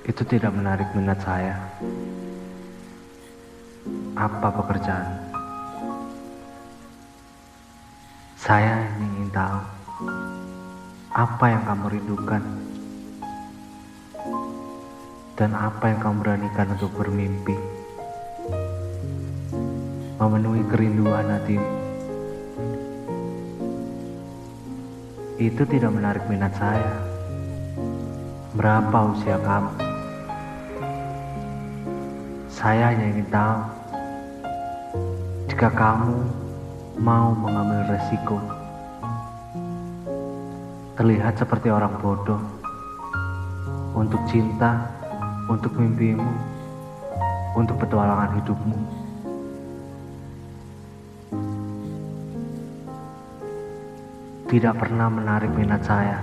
Itu tidak menarik minat saya. Apa pekerjaan? Saya hanya ingin tahu apa yang kamu rindukan dan apa yang kamu beranikan untuk bermimpi, memenuhi kerinduan hatimu. Itu tidak menarik minat saya. Berapa usia kamu? Saya hanya ingin tahu jika kamu mau mengambil resiko. Terlihat seperti orang bodoh untuk cinta, untuk mimpimu, untuk petualangan hidupmu. Tidak pernah menarik minat saya.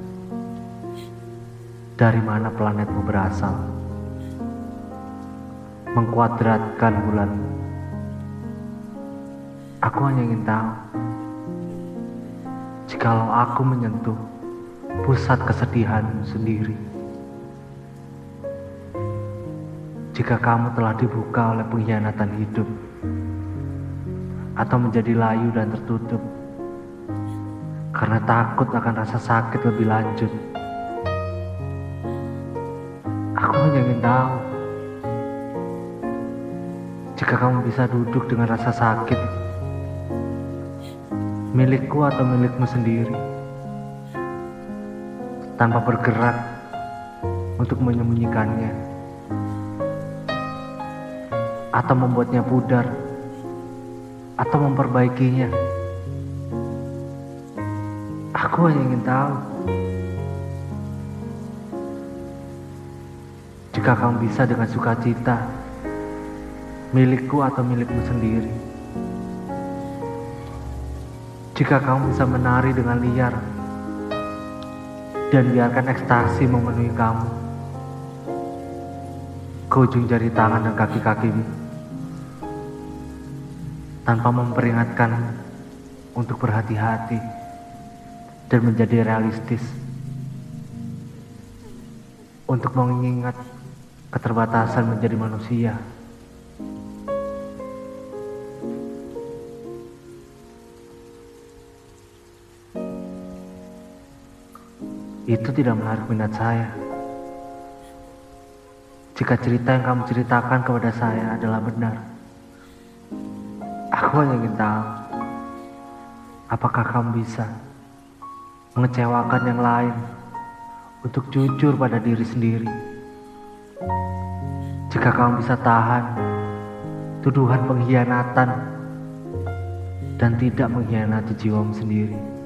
Dari mana planetmu berasal? Mengkuadratkan bulanmu. Aku hanya ingin tahu, jikalau aku menyentuh pusat kesedihanmu sendiri, jika kamu telah dibuka oleh pengkhianatan hidup, atau menjadi layu dan tertutup karena takut akan rasa sakit lebih lanjut. Aku hanya ingin tahu, jika kamu bisa duduk dengan rasa sakit, milikku atau milikmu sendiri, tanpa bergerak untuk menyembunyikannya atau membuatnya pudar atau memperbaikinya. Aku hanya ingin tahu, jika kamu bisa dengan sukacita, milikku atau milikmu sendiri, jika kamu bisa menari dengan liar dan biarkan ekstasi memenuhi kamu ke ujung jari tangan dan kaki-kakimu, tanpa memperingatkan untuk berhati-hati dan menjadi realistis, untuk mengingat keterbatasan menjadi manusia. Itu tidak menarik minat saya. Jika cerita yang kamu ceritakan kepada saya adalah benar, aku hanya ingin tahu, apakah kamu bisa mengecewakan yang lain untuk jujur pada diri sendiri? Jika kamu bisa tahan tuduhan pengkhianatan dan tidak mengkhianati jiwamu sendiri.